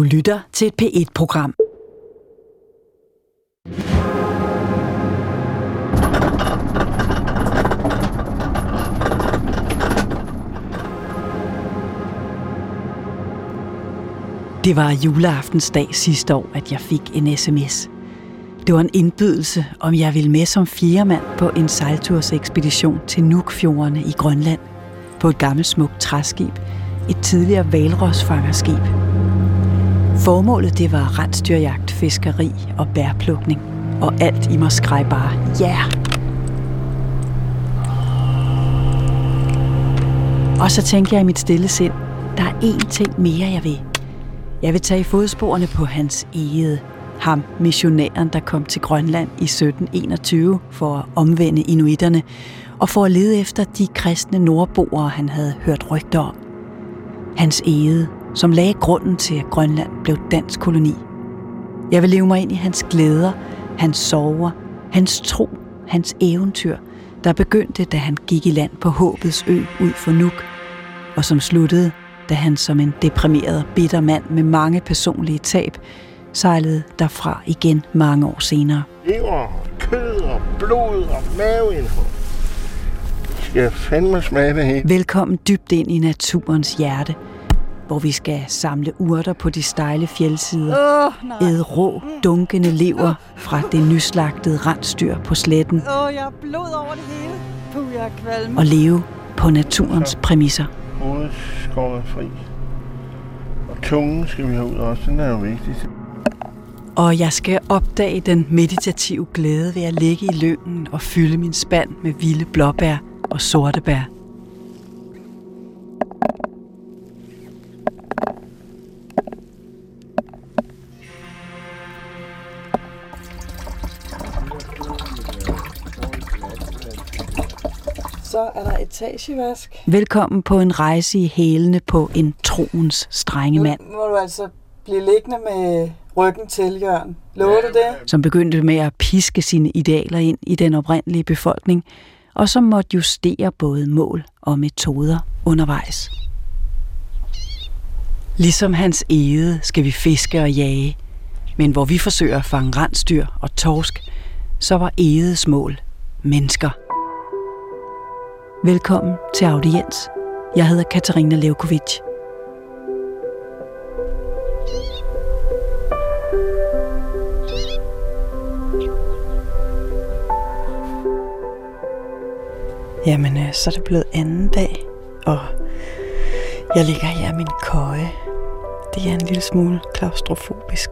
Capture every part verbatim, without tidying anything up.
Du lytter til et P et-program. Det var juleaftensdag sidste år, at jeg fik en sms. Det var en indbydelse, om jeg ville med som fjerdemand på en sejltursekspedition til Nuukfjordene i Grønland. På et gammelt smukt træskib, et tidligere hvalrosfangerskib. Formålet det var rensdyrjagt, fiskeri og bærplukning. Og alt i mig skreg bare, ja! Yeah! Og så tænkte jeg i mit stille sind, der er én ting mere, jeg vil. Jeg vil tage i fodsporene på Hans Egede, ham missionæren, der kom til Grønland i sytten enogtyve for at omvende inuitterne og for at lede efter de kristne nordboere, han havde hørt rygter om. Hans Egede, som lagde grunden til, at Grønland blev dansk koloni. Jeg vil leve mig ind i hans glæder, hans sorger, hans tro, hans eventyr, der begyndte, da han gik i land på Håbets ø ud for Nuuk, og som sluttede, da han som en deprimeret, bitter mand med mange personlige tab, sejlede derfra igen mange år senere. Lever, kød og blod og maveindhold. Skal jeg fandme smage det hele? Velkommen dybt ind i naturens hjerte, hvor vi skal samle urter på de stejle fjeldsider, oh, æde rå, dunkende lever fra det nyslagtede rensdyr på sletten, oh, jeg har blod over det hele. Puh, jeg er kvalme. Og leve på naturens præmisser. Hovedet skåret fri. Og tungen skal vi have ud også, den er jo vigtig. Og jeg skal opdage den meditative glæde ved at ligge i lyngen og fylde min spand med vilde blåbær og sortebær. Så er der etagevask. Velkommen på en rejse i hælene på en troens strenge mand. Nu må du altså blive liggende med ryggen til, Jørgen. Lover du det? Som begyndte med at piske sine idealer ind i den oprindelige befolkning, og som måtte justere både mål og metoder undervejs. Ligesom Hans Egede skal vi fiske og jage, men hvor vi forsøger at fange rensdyr og torsk, så var Egedes mål mennesker. Velkommen til Audiens. Jeg hedder Katarina Levkovich. Jamen, så er det blevet anden dag, og jeg ligger her i min køje. Det er en lille smule klaustrofobisk.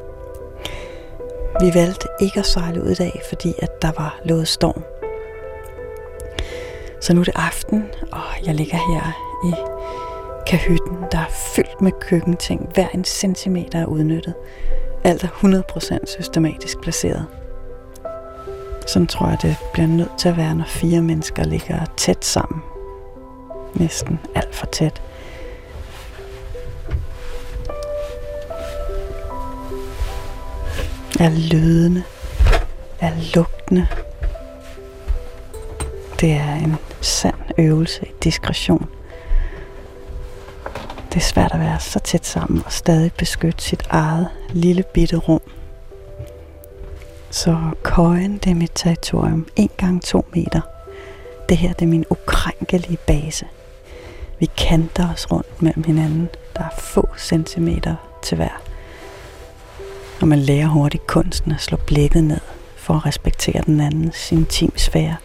Vi valgte ikke at sejle ud i dag, fordi at der var lovet storm. Så nu er det aften, og jeg ligger her i kahytten, der er fyldt med køkkenting. Hver en centimeter er udnyttet. Alt er hundrede procent systematisk placeret. Sådan tror jeg, det bliver nødt til at være, når fire mennesker ligger tæt sammen. Næsten alt for tæt. Er lydende, er lugtende. Det er en sand øvelse i diskretion. Det er svært at være så tæt sammen og stadig beskytte sit eget lille bitte rum. Så køjen, det er mit territorium. En gange to meter. Det her, det er min ukrænkelige base. Vi kanter os rundt mellem hinanden. Der er få centimeter til hver. Og man lærer hurtigt kunsten at slå blikket ned for at respektere den andens intimsfære.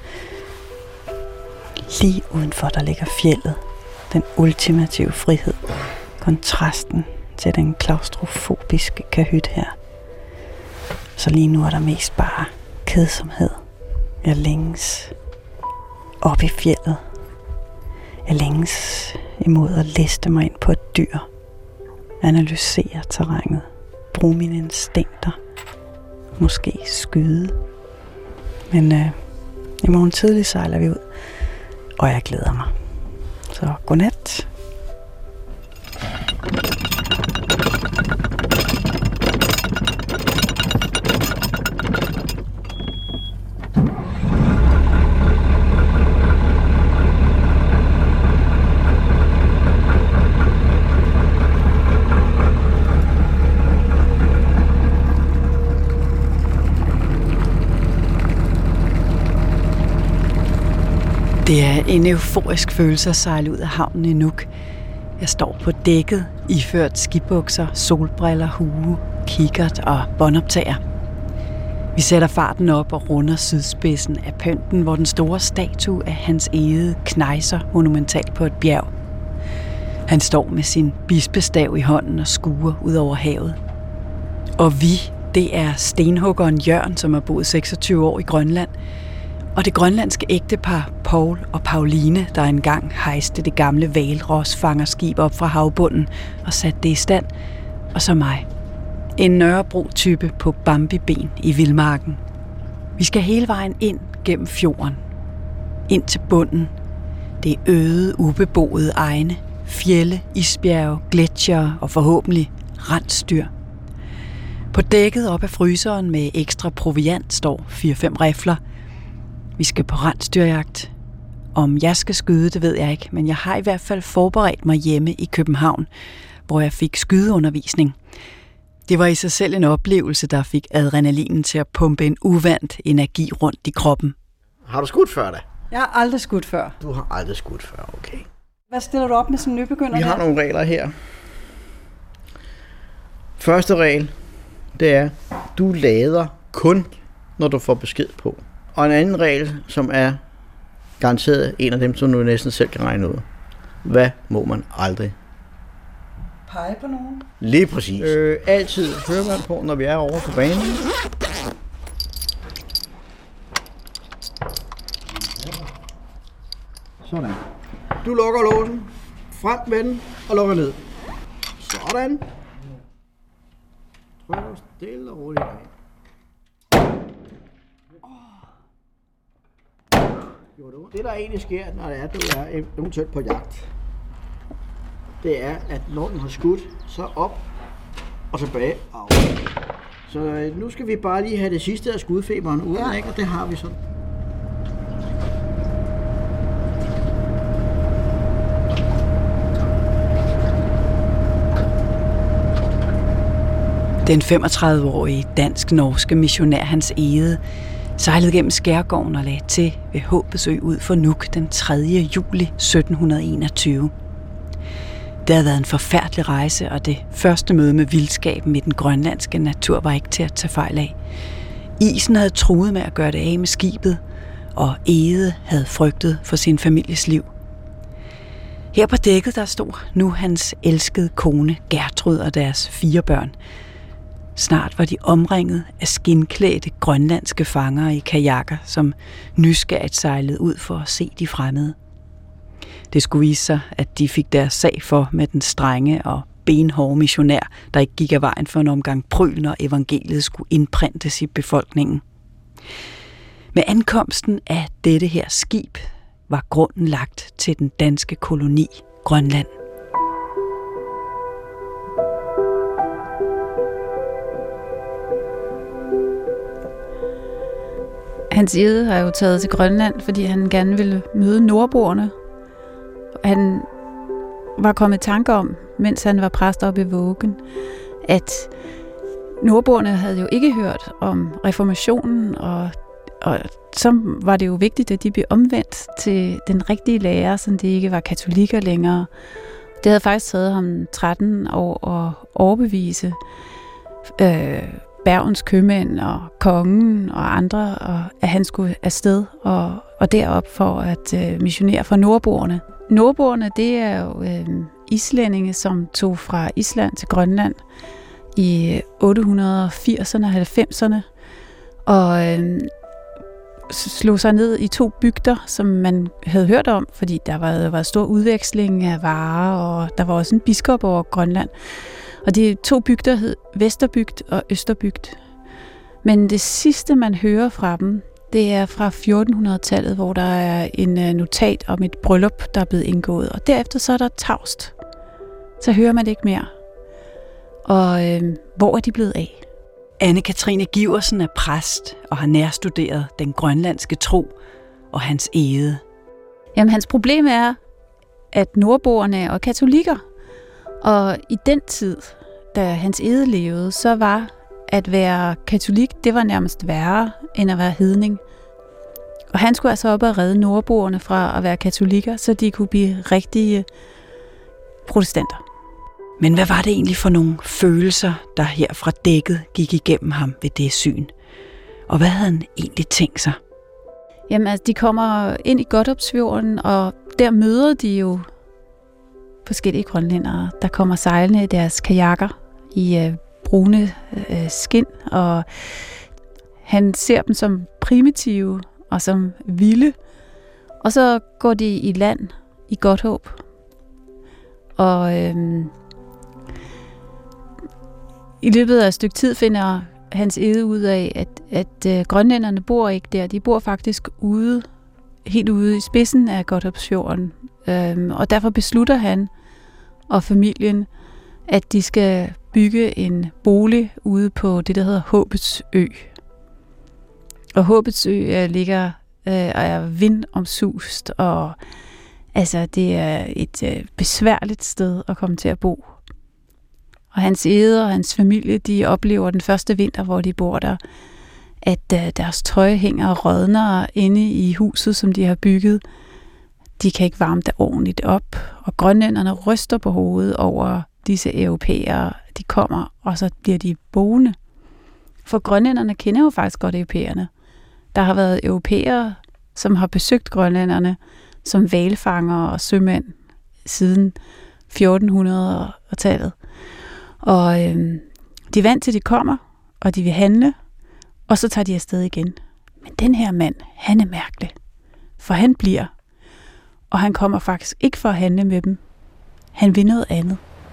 Lige udenfor, der ligger fjeldet. Den ultimative frihed. Kontrasten til den klaustrofobiske kahyt her. Så lige nu er der mest bare kedsomhed. Jeg længes op i fjeldet. Jeg længes imod at liste mig ind på et dyr. Analysere terrænet. Bruge mine instinkter. Måske skyde. Men øh, i morgen tidlig sejler vi ud. Og jeg glæder mig. Så godnat. Det er en euforisk følelse at sejle ud af havnen i Nuuk. Jeg står på dækket, iført skibukser, solbriller, hue, kikkert og båndoptager. Vi sætter farten op og runder sydspidsen af pynten, hvor den store statue af Hans Egede knejser monumentalt på et bjerg. Han står med sin bispestav i hånden og skuer ud over havet. Og vi, det er stenhuggeren Jørgen, som har boet seksogtyve år i Grønland, og det grønlandske ægtepar Paul og Pauline, der engang hejste det gamle hvalrosfangerskib op fra havbunden og satte det i stand, og så mig. En Nørrebro-type på Bambi-ben i vildmarken. Vi skal hele vejen ind gennem fjorden. Ind til bunden. Det er øde, ubeboede egne. Fjelde, isbjerge, gletsjere og forhåbentlig rensdyr. På dækket op af fryseren med ekstra proviant står fire fem rifler. Vi skal på rensdyrjagt. Om jeg skal skyde, det ved jeg ikke, men jeg har i hvert fald forberedt mig hjemme i København, hvor jeg fik skydeundervisning. Det var i sig selv en oplevelse, der fik adrenalinen til at pumpe en uvandt energi rundt i kroppen. Har du skudt før da? Jeg har aldrig skudt før. Du har aldrig skudt før, okay. Hvad stiller du op med sådan en nybegynder? Vi har der? nogle regler her. Første regel, det er, du lader kun, når du får besked på. Og en anden regel, som er garanteret en af dem, som du næsten selv kan regne ud. Hvad må man aldrig? Pege på nogen? Lige præcis. Øh, altid hører man på, når vi er over på banen. Sådan. Du lukker låsen. Frem med den og lukker ned. Sådan. Trykker stille og roligt af. Det der egentlig sker, når det er, du er eventuelt på jagt, det er, at når den har skudt, så op og tilbage. Au. Så nu skal vi bare lige have det sidste af skudfeberen ud, ja. Ikke? Og det har vi så. Den femogtredive-årige dansk-norske missionær Hans Egede sejlede gennem skærgården og lagde til ved Håbets Ø ud for Nuuk den tredje juli sytten enogtyve. Det havde været en forfærdelig rejse, og det første møde med vildskaben i den grønlandske natur var ikke til at tage fejl af. Isen havde truet med at gøre det af med skibet, og Egede havde frygtet for sin families liv. Her på dækket der stod nu hans elskede kone Gertrud og deres fire børn. Snart var de omringet af skinnklædte grønlandske fangere i kajakker, som nysgerrigt sejlede ud for at se de fremmede. Det skulle vise sig, at de fik deres sag for med den strenge og benhårde missionær, der ikke gik af vejen for en omgang pryl, når evangeliet skulle indprintes i befolkningen. Med ankomsten af dette her skib var grunden lagt til den danske koloni Grønland. Hans Egede har jo taget til Grønland, fordi han gerne ville møde nordboerne. Han var kommet i tanke om, mens han var præst oppe i Vågen, at nordboerne havde jo ikke hørt om reformationen, og, og så var det jo vigtigt, at de blev omvendt til den rigtige lærer, så de ikke var katolikker længere. Det havde faktisk taget ham tretten år at overbevise øh, Bergens købmænd og kongen og andre, og at han skulle afsted og, og derop for at øh, missionere for nordboerne. Nordboerne, det er jo øh, islændinge, som tog fra Island til Grønland i otte hundrede firserne og halvfemserne, og øh, slog sig ned i to bygder, som man havde hørt om, fordi der var, der var stor udveksling af varer, og der var også en biskop over Grønland. Og de to bygder hed Vesterbygd og Østerbygd. Men det sidste, man hører fra dem, det er fra fjortenhundredetallet, hvor der er en notat om et bryllup, der er blevet indgået. Og derefter så er der tavst. Så hører man det ikke mere. Og øh, hvor er de blevet af? Anne-Katrine Giversen er præst og har nærstuderet den grønlandske tro og Hans Egede. Jamen, hans problem er, at nordboerne er katolikker. Og i den tid, da Hans Egede levede, så var at være katolik, det var nærmest værre end at være hedning. Og han skulle altså op og redde nordboerne fra at være katolikker, så de kunne blive rigtige protestanter. Men hvad var det egentlig for nogle følelser, der her fra dækket gik igennem ham ved det syn? Og hvad havde han egentlig tænkt sig? Jamen altså, de kommer ind i Godthåbsfjorden, og der møder de jo forskellige grønlændere, der kommer sejlende i deres kajakker i øh, brune øh, skin, og han ser dem som primitive og som vilde. Og så går de i land i Godthåb. Og øhm, i løbet af et stykke tid finder Hans Egede ud af, at, at øh, grønlænderne bor ikke der. De bor faktisk ude, helt ude i spidsen af Godthåbsfjorden. Øhm, og derfor beslutter han og familien, at de skal bygge en bolig ude på det, der hedder Håbets Ø. Og Håbets Ø ligger øh, og er vindomsust, og altså, det er et øh, besværligt sted at komme til at bo. Og Hans Egede og hans familie, de oplever den første vinter, hvor de bor der, at øh, deres tøj hænger og rådner inde i huset, som de har bygget. De kan ikke varme det ordentligt op, og grønlænderne ryster på hovedet over disse europæere. De kommer, og så bliver de boende. For grønlænderne kender jo faktisk godt europæerne. Der har været europæere, som har besøgt grønlænderne som hvalfangere og sømænd siden fjortenhundredetallet. Og øhm, de er vant til, at de kommer, og de vil handle, og så tager de afsted igen. Men den her mand, han er mærkelig, for han bliver, og han kommer faktisk ikke for at handle med dem. Han vil noget andet.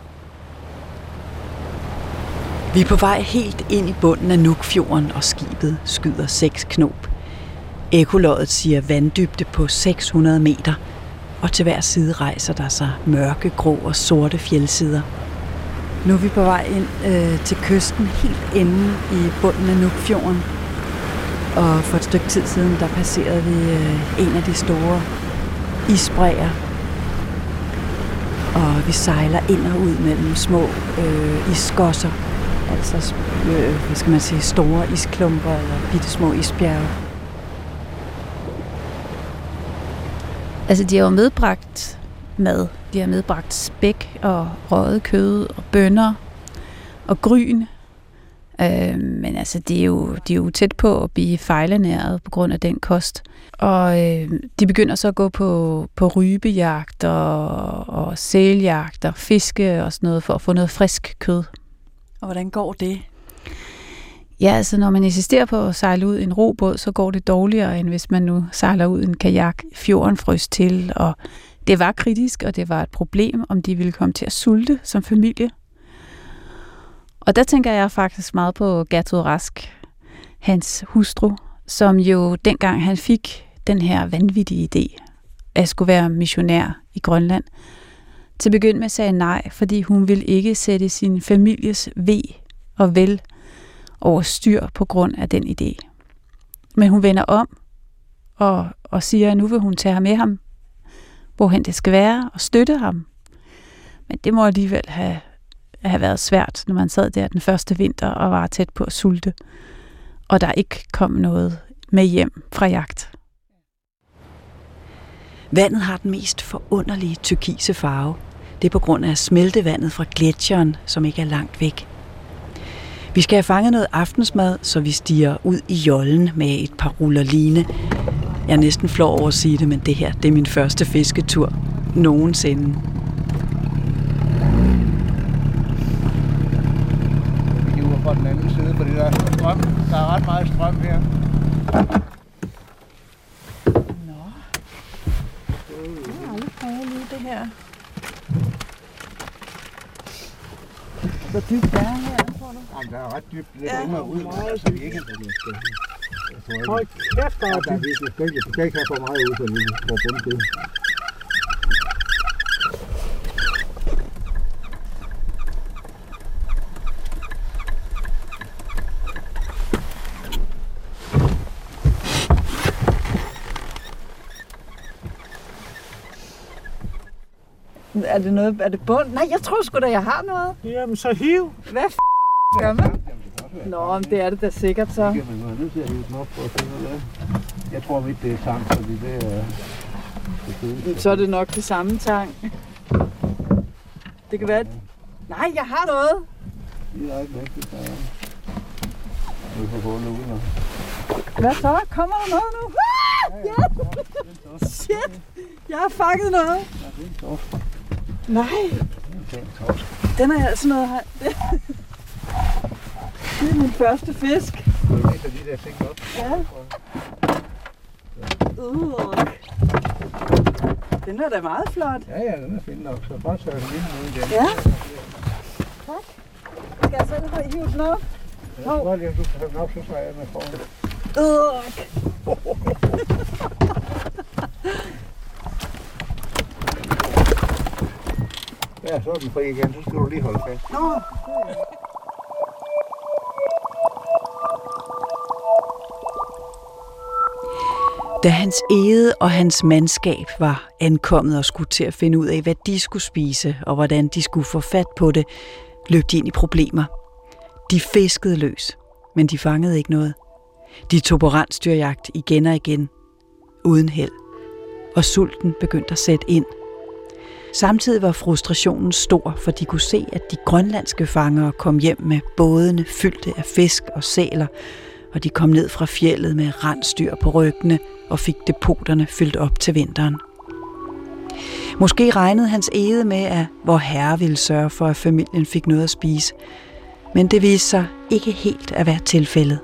Vi er på vej helt ind i bunden af Nuukfjorden, og skibet skyder seks knop. Ekkoloddet siger vanddybde på seks hundrede meter, og til hver side rejser der sig mørke, grå og sorte fjeldsider. Nu er vi på vej ind øh, til kysten, helt inde i bunden af Nuukfjorden. Og for et stykke tid siden, der passerede vi øh, en af de store isbræer. Og vi sejler ind og ud mellem små øh, isskosser. Altså, øh, hvad skal man sige, store isklumper eller bitte små isbjerge. Altså, de har jo medbragt mad. De har medbragt spæk og røget kød og bønner og gryn. Øh, men altså, de er, jo, de er jo tæt på at blive fejlenæret på grund af den kost. Og øh, de begynder så at gå på, på rybejagt og, og sæljagt og fiske og sådan noget for at få noget frisk kød. Og hvordan går det? Ja, altså når man insisterer på at sejle ud i en robåd, så går det dårligere, end hvis man nu sejler ud i en kajak. Fjorden frøs til, og det var kritisk, og det var et problem, om de ville komme til at sulte som familie. Og der tænker jeg faktisk meget på Gertrud Rask, hans hustru, som jo dengang han fik den her vanvittige idé, at skulle være missionær i Grønland, til begynde med sagde nej, fordi hun ville ikke sætte sin families ve og vel over styr på grund af den idé. Men hun vender om og, og siger, at nu vil hun tage med ham, hvorhen det skal være, og støtte ham. Men det må alligevel have, have været svært, når man sad der den første vinter og var tæt på at sulte, og der ikke kom noget med hjem fra jagt. Vandet har den mest forunderlige turkise farve. Det er på grund af smeltevandet fra gletsjeren, som ikke er langt væk. Vi skal have fanget noget aftensmad, så vi stiger ud i jollen med et par ruller line. Jeg er næsten flov over at sige det, men det her, det er min første fisketur nogensinde. Vi hiver fra den anden side, fordi der er strøm. Der er ret meget strøm her. Nå. Jeg har aldrig prøvet lige det her. Hvor dybt er det her, tror du? Jamen, der er ret dybt. Det Ja. er ud, så vi ikke kan det. Hold kæft, der er Der er virkelig skægt. Du skal ikke have for meget ud, så vi får bundt det. Er det noget, er det bund? Nej, jeg tror sgu da, jeg har noget. Jamen, så hiv. Hvad f*** gør man? Nå, men det er det da sikkert så. Man er nødt til at hive den op for at finde ud af. Jeg tror ikke, det er tang, fordi det er... Men så er det nok det samme tang. Det kan være... Et... Nej, jeg har noget! Det er ikke vigtigt, så... Vi får gå nu. Hvad så? Kommer der noget nu? Ah! Ja! Shit! Jeg har fanget noget! Nej! Den er altså noget her. Det er min første fisk. Ja. Uh. Den er da meget flot. Ja, ja, den er fin nok. Så bare sørg den ind nu igen. Ja. Tak. Skal jeg selv have hivet den op? Ja, så bare lige, om du kan have den op, så sørger jeg med foran. Uh. Ja, så er den fri igen. Så skal du lige holde fast. Nå. Da Hans Egede og hans mandskab var ankommet og skulle til at finde ud af, hvad de skulle spise og hvordan de skulle få fat på det, løb de ind i problemer. De fiskede løs, men de fangede ikke noget. De tog på rensdyrjagt igen og igen, uden held. Og sulten begyndte at sætte ind. Samtidig var frustrationen stor, for de kunne se, at de grønlandske fangere kom hjem med bådene fyldte af fisk og sæler, og de kom ned fra fjeldet med rensdyr på ryggene og fik depoterne fyldt op til vinteren. Måske regnede Hans Egede med, at vor herre ville sørge for, at familien fik noget at spise, men det viste sig ikke helt at være tilfældet.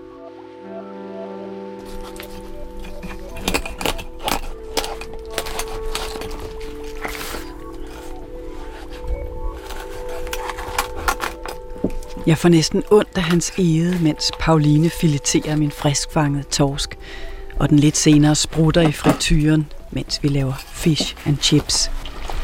Jeg får næsten ondt af Hans Egede, mens Pauline fileterer min friskfangede torsk, og den lidt senere sprutter i frityren, mens vi laver fish and chips.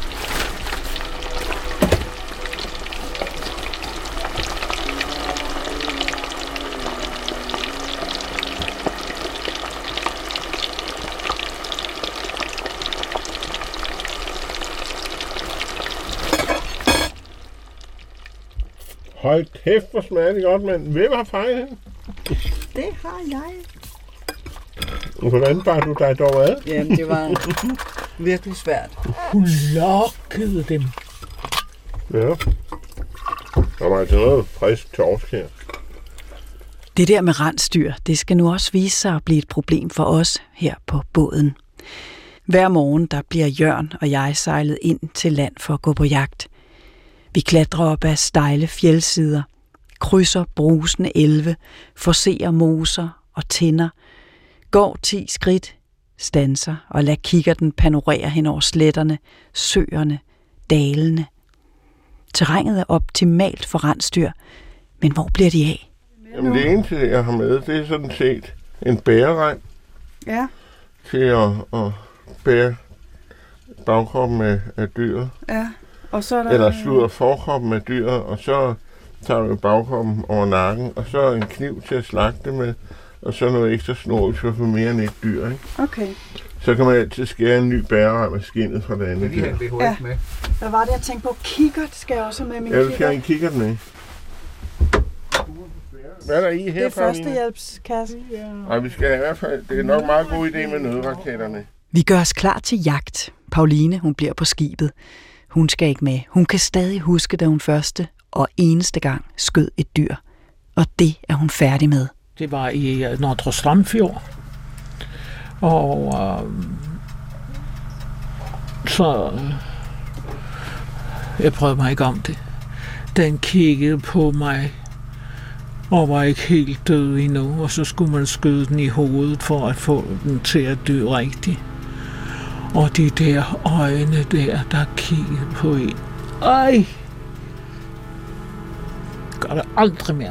Hold kæft, hvor smager det godt, mand. Hvem har fanget hende? Det har jeg. Hvordan bar du dig dog ad? Jamen, det var virkelig svært. Hun lokkede dem. Ja. Der var altså noget frisk torsk her. Det der med rensdyr, det skal nu også vise sig at blive et problem for os her på båden. Hver morgen der bliver Jørn og jeg sejlet ind til land for at gå på jagt. Vi klatrer op ad stejle fjeldsider, krydser brusende elve, forser moser og tinder, går ti skridt, standser og lader kikkerten panorere hen over sletterne, søerne, dalene. Terrænet er optimalt for rensdyr, men hvor bliver de af? Jamen det eneste, jeg har med, det er sådan set en bærerend Ja. til at, at bære bagkroppen af, af dyret. Ja. Og så er der... Eller sludder forkroppen af dyret, og så tager du bagkroppen over nakken, og så en kniv til at slagte med, og så noget ekstra snor, hvis vi får mere end et dyr, ikke? Okay. Så kan man altid skære en ny bærerem af skinnet fra det andet dyr. Ja. Hvad var det, jeg tænkte på? Kikkert skal jeg også med min Ja, du skal kikkert. have en kikkert med. Hvad er der i her, Det er Pauline? førstehjælpskasse. Nej, vi skal i hvert fald... Det er nok en meget god idé med nødraketterne. Vi gør os klar til jagt. Pauline, hun bliver på skibet. Hun skal ikke med. Hun kan stadig huske, da hun første og eneste gang skød et dyr. Og det er hun færdig med. Det var i Nordre Strømfjord. Og øh, så øh, jeg prøvede mig ikke om det. Den kiggede på mig og var ikke helt død endnu, og så skulle man skyde den i hovedet for at få den til at dø rigtigt. Og de der øjne der, der kiggede på en. Ej! Gør det aldrig mere.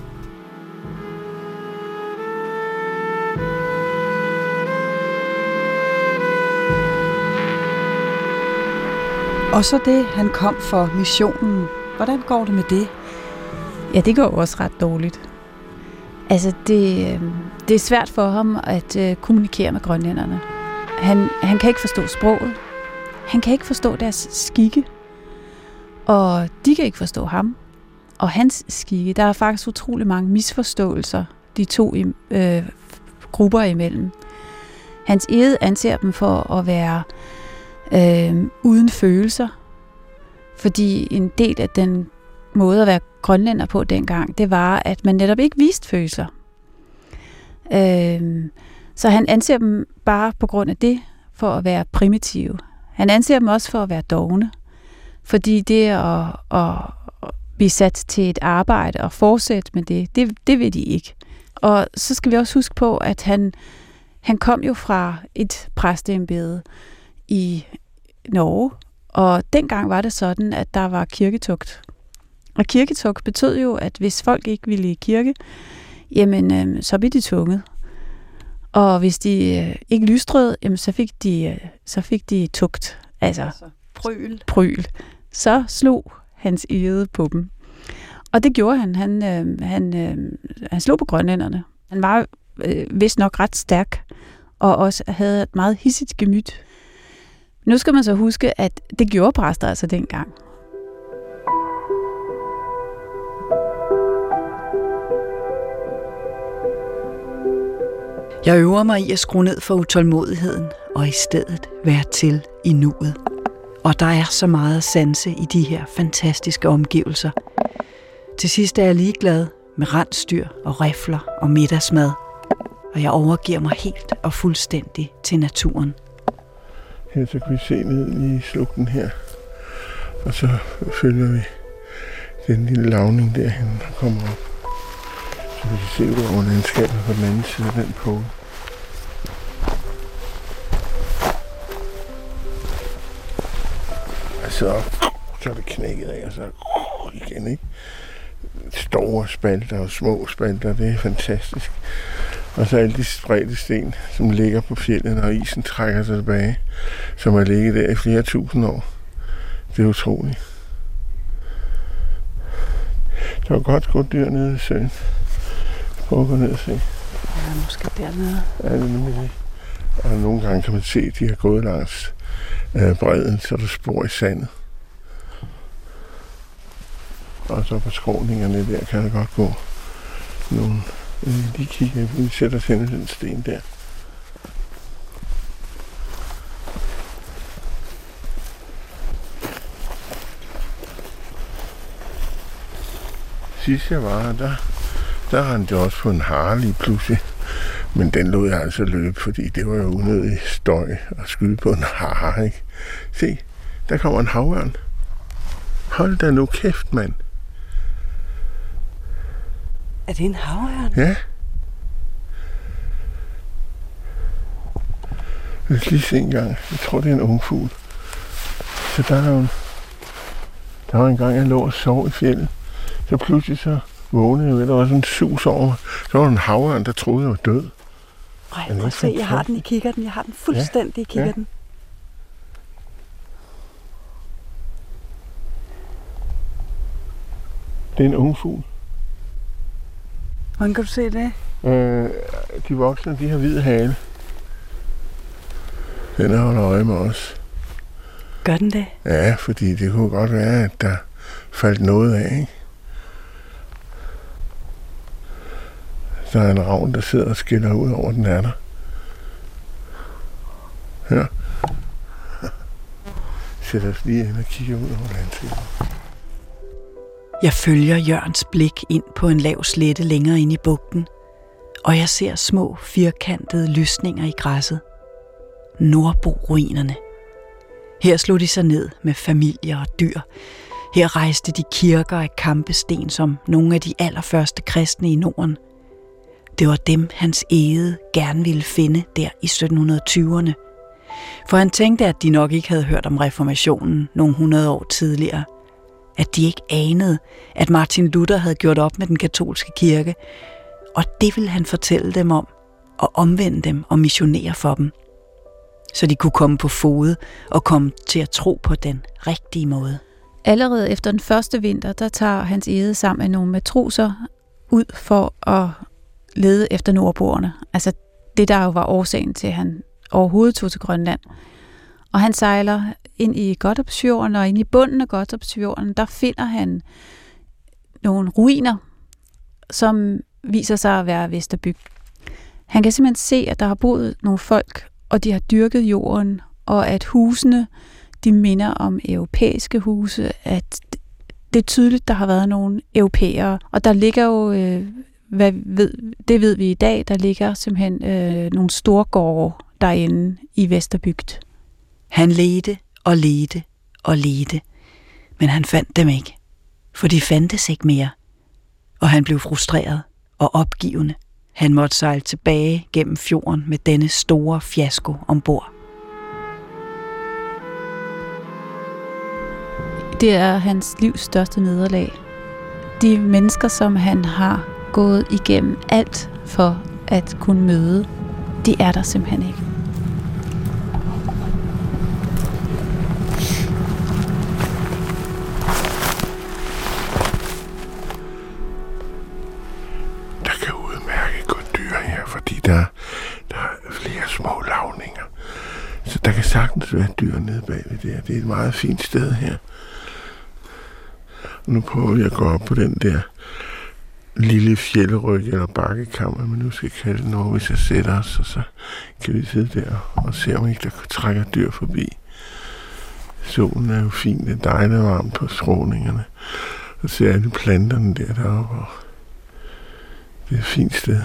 Og så det, han kom for missionen. Hvordan går det med det? Ja, det går også ret dårligt. Altså, det, øh, det er svært for ham at øh, kommunikere med grønlænderne. Han, han kan ikke forstå sproget. Han kan ikke forstå deres skikke. Og de kan ikke forstå ham. Og hans skikke. Der er faktisk utrolig mange misforståelser, de to øh, grupper imellem. Hans Egede anser dem for at være øh, uden følelser, fordi en del af den måde at være grønlænder på dengang, det var, at man netop ikke viste følelser. Øh, så han anser dem bare på grund af det for at være primitive. Han anser dem også for at være dovne, fordi det at, at blive sat til et arbejde og fortsætte med det, det, det vil de ikke. Og så skal vi også huske på, at han, han kom jo fra et præsteembede i Norge, og dengang var det sådan, at der var kirketugt. Og kirketugt betød jo, at hvis folk ikke ville i kirke, jamen øh, så blev de tvunget. Og hvis de øh, ikke lystrød, jamen så fik de, øh, så fik de tugt, altså, altså pryl. pryl. Så slog Hans Egede på dem. Og det gjorde han. Han, øh, han, øh, han slog på grønlænderne. Han var øh, vist nok ret stærk, og også havde et meget hissigt gemyt. Nu skal man så huske, at det gjorde præster altså dengang. Jeg øver mig i at skrue ned for utålmodigheden, og i stedet være til i nuet. Og der er så meget sanse i de her fantastiske omgivelser. Til sidst er jeg ligeglad med rensdyr og rifler og middagsmad, og jeg overgiver mig helt og fuldstændig til naturen. Her så kan vi se ned i slugten her, og så følger vi den lille lavning derhen, der kommer op. Så vi kan se ud over landskabet på den anden side af den påle. Så, så er det knækket af, og så igen, ikke? Store spalter og små spalter, det er fantastisk. Og så alle de spredte sten, som ligger på fjeldet, når isen trækker sig tilbage, som har ligget der i flere tusind år. Det er utroligt. Der var godt gået dyr nede i søen. Prøv at gå ned og se. Ja, måske dernede. Ja, det er nemlig det. Og nogle gange kan man se, at de har gået langs øh, bredden, så der spor i sandet. Og så på skråningerne der kan der godt gå nogle. Øh, de kigger, vi sætter os hen i den sten der. Sidst jeg var der, der rendte jeg også på en hare lige pludselig. Men den lod jeg altså løbe, fordi det var jo unødig støj at skyde på en hare, ikke? Se, der kommer en havørn. Hold da nu kæft, mand. Er det en havørn? Ja. Lad os lige se en gang. Jeg tror, det er en ungfugl. Så der er jo en... Der var en gang, jeg lå og sov i fjeldet. Så pludselig så vågnede jeg ved, der var sådan en sus over mig. Så var der en havørn, der troede, jeg var død. Ej, prøv at se, jeg har den i kikkerten. Jeg har den fuldstændig i kikkerten. Ja. Det er en ungfugl. Hvordan kan du se det? Øh, de voksne, de har hvid hale. Den holder øje med os. Gør den det? Ja, fordi det kunne godt være, at der faldt noget af, ikke? Der er en ravn, der sidder og skiller ud over, den er der. Her. Sætter os lige ind og kigger ud over landskabet. Jeg følger Jørgens blik ind på en lav slette længere ind i bugten, og jeg ser små, firkantede lysninger i græsset. Nordbo-ruinerne. Her slog de sig ned med familier og dyr. Her rejste de kirker af kampesten som nogle af de allerførste kristne i Norden. Det var dem, Hans Egede gerne ville finde der i sytten tyverne. For han tænkte, at de nok ikke havde hørt om reformationen nogle hundrede år tidligere. At de ikke anede, at Martin Luther havde gjort op med den katolske kirke, og det ville han fortælle dem om, og omvende dem og missionere for dem, så de kunne komme på fode og komme til at tro på den rigtige måde. Allerede efter den første vinter, der tager Hans Egede sammen med nogle matroser ud for at lede efter nordboerne. Altså det, der jo var årsagen til, at han overhovedet tog til Grønland. Og han sejler ind i Godthåbsfjorden, og ind i bunden af Godthåbsfjorden, der finder han nogle ruiner, som viser sig at være Vesterbyg. Han kan simpelthen se, at der har boet nogle folk og de har dyrket jorden, og at husene, de minder om europæiske huse, at det er tydeligt, der har været nogle europæere. Og der ligger jo, øh, hvad ved, det ved vi i dag, der ligger simpelthen øh, nogle store gårde derinde i Vesterbygt. Han ledte og ledte og ledte, men han fandt dem ikke, for de fandtes ikke mere. Og han blev frustreret og opgivende. Han måtte sejle tilbage gennem fjorden med denne store fiasko ombord. Det er hans livs største nederlag. De mennesker, som han har gået igennem alt for at kunne møde, de er der simpelthen ikke. Der kan udmærket gå dyr her, fordi der, der er flere små lavninger. Så der kan sagtens være dyr nede bagved der. Det er et meget fint sted her. Nu prøver jeg at gå op på den der lille fjelderyg eller bakkekammer, men nu skal jeg kalde den over, hvis jeg sætter os, og så kan vi sidde der og se, om ikke der trækker dyr forbi. Solen er jo fin, det er dejligt varmt på skråningerne, og så alle planterne der deroppe, og det er et fint sted.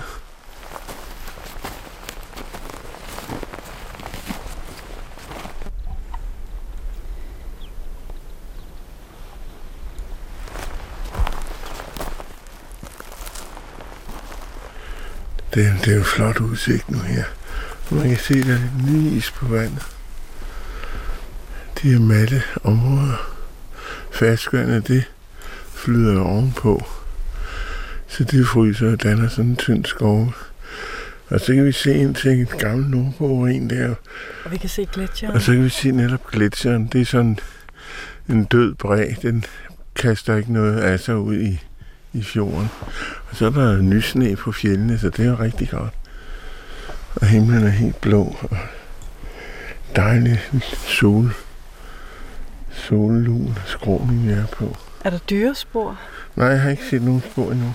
Det er, det er jo flot udsigt nu her. Man kan se, der er lidt ny is på vandet. De her matte områder, ferskvandet, det flyder ovenpå. Så det fryser og danner sådan en tynd skove. Og så kan vi se ind til et gammelt nordboren der. Og vi kan se gletsjeren. Og så kan vi se netop gletsjeren. Det er sådan en død bræ. Den kaster ikke noget af sig ud i, i fjorden. Og så er der nysne på fjellene, så det er jo rigtig godt. Og himlen er helt blå, og dejlig sol, sollun og skråning vi er på. Er der dyrespor? Nej, jeg har ikke set nogen spor endnu.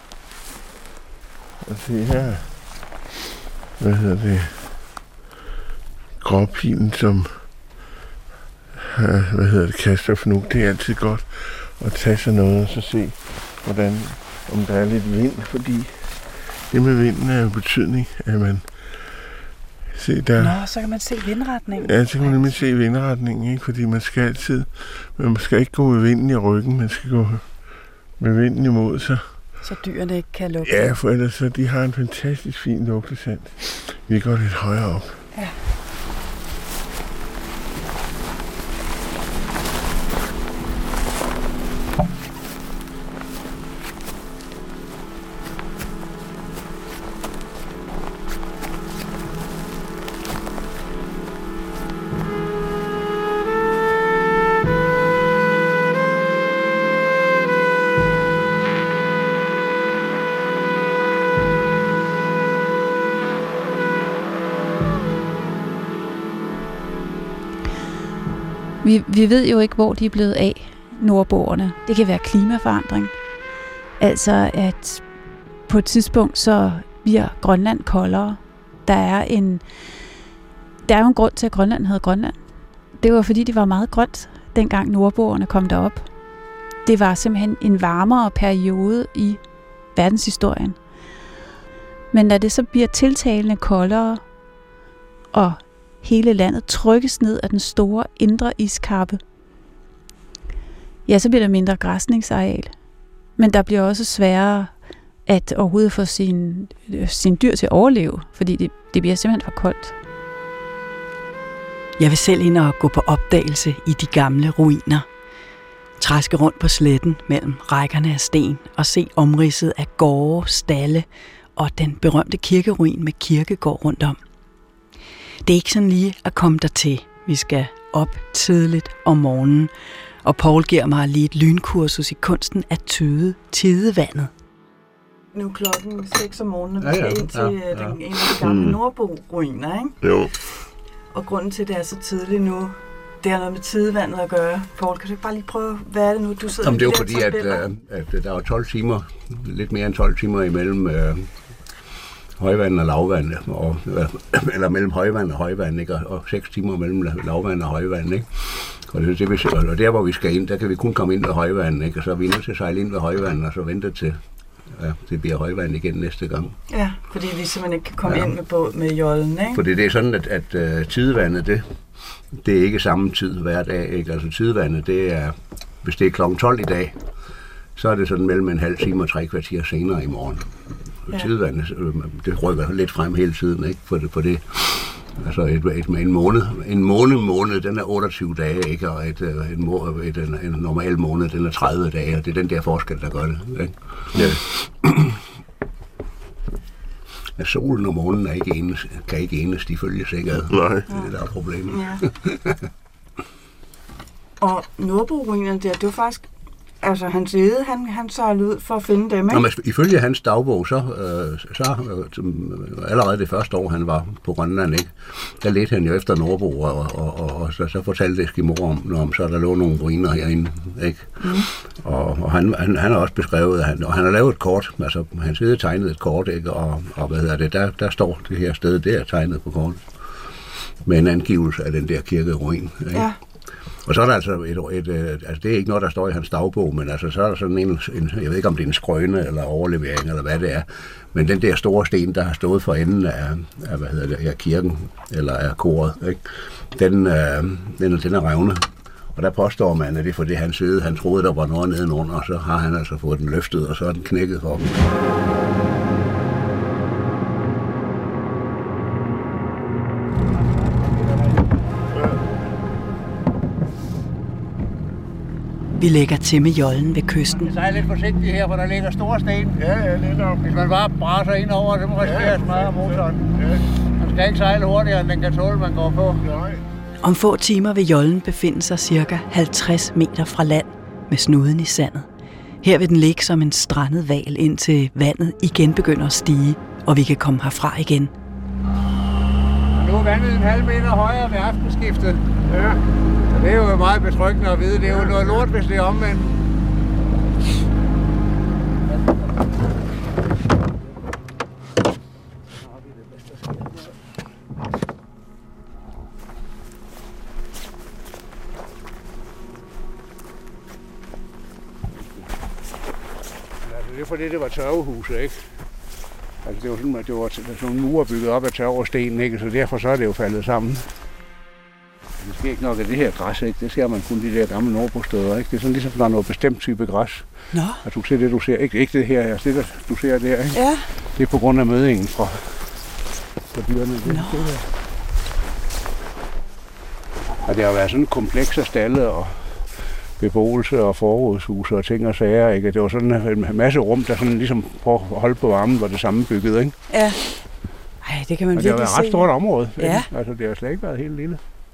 Og se her, hvad hedder det, gråpilen, som, hvad hedder det, kaster fnug. Det er altid godt at tage sig noget og så se, hvordan, om der er lidt vind, fordi det med vinden er jo betydning, at man se der. Nå, så kan man se vindretningen. Ja, så kan man nemlig se vindretningen, ikke? Fordi man skal altid, man skal ikke gå med vinden i ryggen, man skal gå med vinden imod sig. Så dyrene ikke kan lugte. Ja, for ellers så de har en fantastisk fin lugtesand. Vi går lidt højere op. Ja. Vi, vi ved jo ikke, hvor de er blevet af, nordboerne. Det kan være klimaforandring. Altså, at på et tidspunkt, så bliver Grønland koldere. Der er en, der er jo en grund til, at Grønland hedder Grønland. Det var, fordi det var meget grønt, dengang nordboerne kom derop. Det var simpelthen en varmere periode i verdenshistorien. Men når det så bliver tiltalende koldere, og hele landet trykkes ned af den store indre iskappe, ja, så bliver der mindre græsningsareal. Men der bliver også sværere at overhovedet få sin, sin dyr til at overleve, fordi det, det bliver simpelthen for koldt. Jeg vil selv ind og gå på opdagelse i de gamle ruiner. Træske rundt på sletten mellem rækkerne af sten og se omridset af gårde, stalle og den berømte kirkeruin med kirkegård rundt om. Det er ikke sådan lige at komme dertil. Vi skal op tidligt om morgenen, og Paul giver mig lige et lynkursus i kunsten at tyde tidevandet. Nu er klokken seks om morgenen, og vi Ja, ja, skal ind til ja, ja. den, en af de gamle mm. Nordbo-ruiner, ikke? Jo. Og grunden til, at det er så tidligt nu, det har noget med tidevandet at gøre. Paul, kan du ikke bare lige prøve, hvad er det nu, du sidder Jamen, det er jo med fordi, at, at, at der var tolv timer, lidt mere end tolv timer imellem øh, højvand og lavvand, og, eller mellem højvand og højvand, ikke? Og seks timer mellem lavvand og højvand, ikke? Og, det, det, og der, hvor vi skal ind, der kan vi kun komme ind ved højvand, ikke? Og så er vi nødt til at sejle ind ved højvand, og så vente til, ja, det bliver højvand igen næste gang. Ja, fordi vi simpelthen ikke kan komme ja. ind med båd med jollen, ikke? Fordi det er sådan, at, at uh, tidevandet, det, det er ikke samme tid hver dag, ikke? Altså tidevandet, det er, hvis det er klokken tolv i dag, så er det sådan mellem en halv time og tre kvarter senere i morgen. Ja. Tidevandet, det rykker lidt frem hele tiden, ikke? For det, for det altså et, et, en måned, en måned, måned, den er otteogtyve dage, ikke? Og et, en, et, en, en normal måned, den er tredive dage, og det er den der forskel, der gør det, ikke? Ja. Ja, solen og månen er ikke enes, kan ikke enes, de følges ikke ad. Nej. Det er der er problemet. Ja. Og Nordboruinerne der, det var faktisk, altså hans Ede, han, han sejlede ud for at finde dem, ikke? Nå, men ifølge hans dagbog, så, øh, så øh, allerede det første år, han var på Grønland, ikke, der ledte han jo efter Nordbo, og, og, og, og så, så fortalte Eskimoer om, om, så der lå nogle ruiner herinde, ikke? Mm. Og, og han, han, han har også beskrevet, han, og han har lavet et kort, altså hans Ede tegnede et kort, ikke? Og, og hvad hedder det, der, der står det her sted, det er tegnet på kortet, med en angivelse af den der kirkeruin, ikke? Ja. Og så er der altså et, et, et, altså det er ikke noget, der står i hans dagbog, men altså så er der sådan en, en, jeg ved ikke om det er en skrøne eller overlevering eller hvad det er, men den der store sten, der har stået for enden af, af hvad hedder det, af kirken, eller af koret, ikke? Den, øh, den, den er revnet. Og der påstår man, at det er fordi han søgede, han troede, der var noget nedenunder, og så har han altså fået den løftet, og så er den knækket for dem. Vi lægger til med jollen ved kysten. Vi sejler lidt forsigtigt her, for der ligger store sten. Ja, ja, lidt op. Hvis man bare braser ind over, så må risikere at smadre motoren. Ja. Man skal ikke sejle hurtigere, end den kan tåle, man går på. Nej. Om få timer vil jollen befinde sig cirka halvtreds meter fra land med snuden i sandet. Her vil den ligge som en strandet hval, indtil vandet igen begynder at stige, og vi kan komme herfra igen. Nu er vandet en halv meter højere ved aftenskiftet. Ja. Det er jo meget betryggende at vide. Det er jo noget lort, hvis det er omvendt. Altså, det er fordi, det var tørvehuse, ikke? Altså, det var sådan, at det var sådan nogle mure bygget op af tørv og sten, ikke? Så derfor så er det jo faldet sammen. Det sker ikke nok af det her græs, ikke? Det ser man kun de der gamle nordbosteder, ikke? Det er sådan ligesom, der er noget bestemt type græs. Nå. At du ser det, du ser. Ikke, ikke det her, altså det der, du ser der, ikke? Ja. Det er på grund af mødingen fra, fra dyrene. Det, det der. Og det har været sådan en kompleks af stalle og beboelse og forrådshuse og ting og sager, ikke? Det var sådan en masse rum, der sådan ligesom prøver at holde på varmen, var det samme bygget, ikke? Ja. Ej, det kan man og virkelig se. Det har været et ret stort område. Ja. Ikke? Altså, det har slet ikke været helt lille.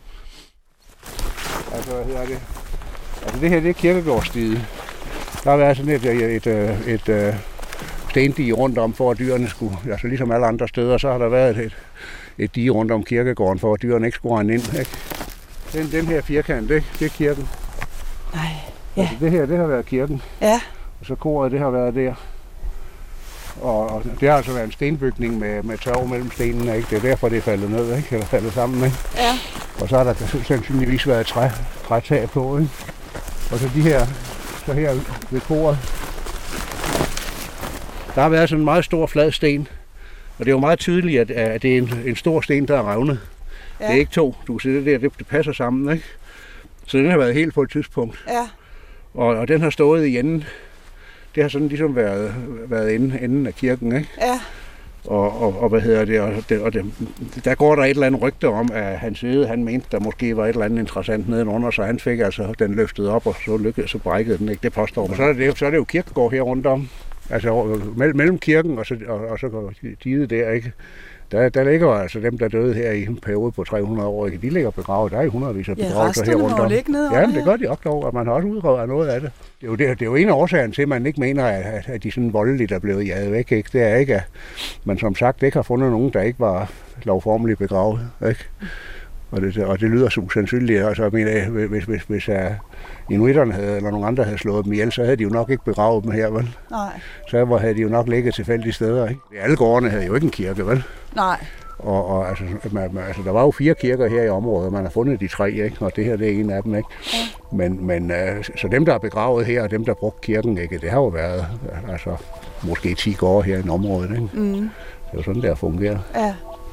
Altså, hvad hedder det? Altså, det her, det er kirkegårdsdiget. Der har været sådan et, et, et, et, et stendige rundt om, for at dyrene skulle, altså ligesom alle andre steder, så har der været et, et dige rundt om kirkegården, for at dyrene ikke skulle rende ind, ikke? Den, den her firkant, det, det er kirken. Nej, ja. Altså, det her, det har været kirken. Ja. Og så koret, det har været der. Og, og det har altså været en stenbygning med, med tørv mellem stenene, ikke? Det er derfor, det er faldet ned, ikke? Eller faldet sammen, ikke? Ja. Og så har der sandsynligvis været træ, trætag på, ikke? Og så de her, så her ved koret, der har været sådan en meget stor flad sten. Og det er jo meget tydeligt, at, at det er en, en stor sten, der er revnet. Ja. Det er ikke to. Du kan se det der, det, det passer sammen, ikke? Så den har været helt på et tidspunkt. Ja. Og, og den har stået i enden. Det har sådan ligesom været, været enden, enden af kirken, ikke? Ja. Og, og, og hvad hedder det, og, det, og det, der går der et eller andet rygte om, at hans Ede, han mente, der måske var et eller andet interessant nedenunder, så han fik altså den løftet op, og så lykkedes, så brækkede den, ikke? Det påstår man. Så er det, så er det jo kirkegård her rundt om, altså mellem kirken og så, og, og så går diget der, ikke? Der, der ligger altså dem, der døde her i en periode på tre hundrede år, ikke? De ligger begravet. Der er i hundredvis af begravelser her rundt om. Ja, men det gør de også dog, og man har også udrøvet noget af det. Det er, jo, det, det er jo en af årsagerne til, at man ikke mener, at, at de sådan voldeligt er blevet jaget væk, ikke? Det er ikke, at man som sagt ikke har fundet nogen, der ikke var lovformeligt begravet, ikke? Og det, og det lyder så usandsynligt. Altså, jeg mener, hvis, hvis, hvis uh, inuiterne havde, eller nogen andre havde slået dem ihjel, så havde de jo nok ikke begravet dem her, vel? Nej. Så havde de jo nok ligget tilfældige steder, ikke? Alle gårdene havde jo ikke en kirke, vel? Nej. Og, og altså, man, man, altså, der var jo fire kirker her i området, og man har fundet de tre, ikke? Og det her, det er en af dem, ikke? Ja. Men, men uh, så dem, der er begravet her, og dem, der brugte kirken, ikke? Det har jo været, altså, måske ti gårde her i området, ikke? Mm. Det er jo sådan, der fungerer. Ja.